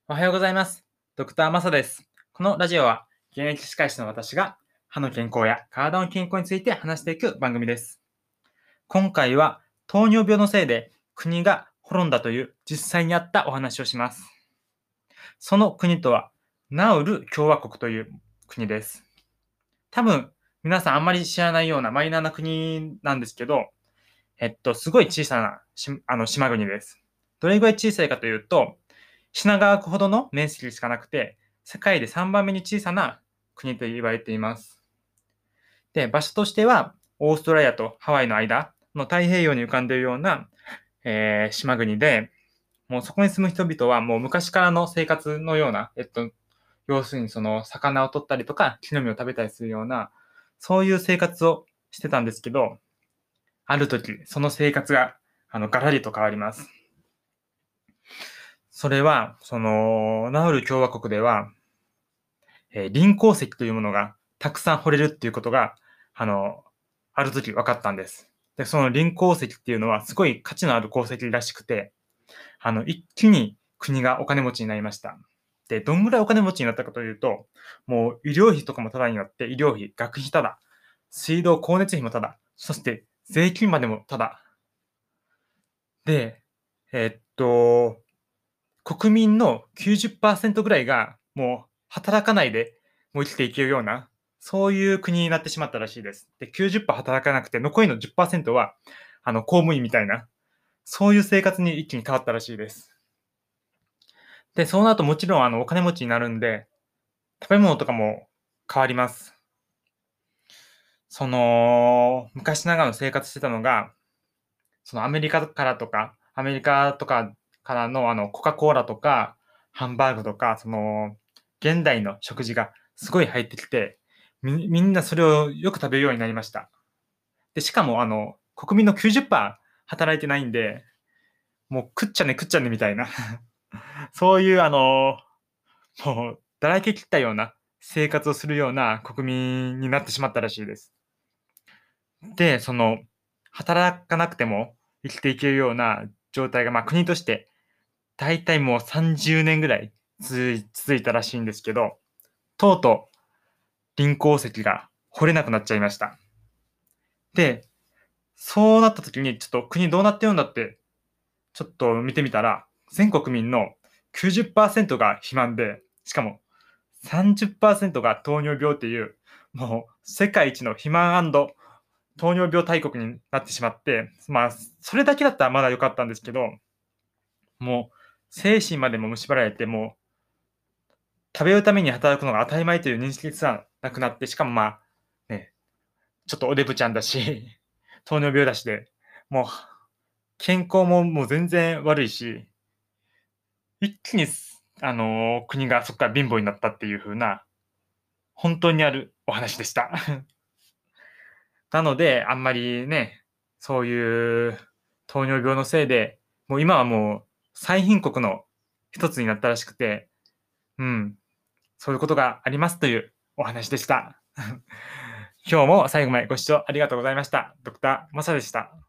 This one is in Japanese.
おはようございます。ドクターマサです。このラジオは、現役歯科医師の私が、歯の健康や体の健康について話していく番組です。今回は、糖尿病のせいで国が滅んだという実際にあったお話をします。その国とは、ナウル共和国という国です。多分、皆さんあんまり知らないようなマイナーな国なんですけど、すごい小さな島国です。どれぐらい小さいかというと、品川区ほどの面積しかなくて、世界で3番目に小さな国と言われています。で、場所としては、オーストラリアとハワイの間の太平洋に浮かんでいるような、島国で、もうそこに住む人々はもう昔からの生活のような、要するにその魚を取ったりとか、木の実を食べたりするような、そういう生活をしてたんですけど、ある時、その生活が、ガラリと変わります。それは、ナウル共和国では、輪鉱石というものがたくさん掘れるっていうことが、ある時分かったんです。で、その輪鉱石っていうのはすごい価値のある鉱石らしくて、一気に国がお金持ちになりました。で、どんぐらいお金持ちになったかというと、もう医療費とかもタダになって、医療費、学費タダ、水道、光熱費もタダ、そして税金までもタダ。で、国民の90%ぐらいがもう働かないでもう生きていけるような、そういう国になってしまったらしいです。で、90%働かなくて、残りの10%は、公務員みたいな、そういう生活に一気に変わったらしいです。で、その後もちろん、お金持ちになるんで、食べ物とかも変わります。昔ながらの生活してたのが、アメリカとかからのコカ・コーラとか、ハンバーグとか、現代の食事がすごい入ってきて、みんなそれをよく食べるようになりました。で、しかも国民の90%働いてないんで、もう食っちゃね食っちゃねみたいなそういうもうだらけ切ったような生活をするような国民になってしまったらしいです。で、働かなくても生きていけるような状態が、国として大体もう30年ぐらい続いたらしいんですけど、とうとう輪鉱石が掘れなくなっちゃいました。で、そうなった時にちょっと国どうなってるんだって、ちょっと見てみたら、全国民の90%が肥満で、しかも30%が糖尿病っていう、もう世界一の肥満糖尿病大国になってしまって、それだけだったらまだ良かったんですけど、もう精神までも蝕られて、もう食べるために働くのが当たり前という認識すらなくなって、しかもね、ちょっとおデブちゃんだし、糖尿病だしで、もう健康ももう全然悪いし、一気に国がそこから貧乏になったっていう風な、本当にあるお話でした。なので、あんまりね、そういう糖尿病のせいで、もう今はもう最貧国の一つになったらしくて、うん、そういうことがありますというお話でした。今日も最後までご視聴ありがとうございました。ドクターマサでした。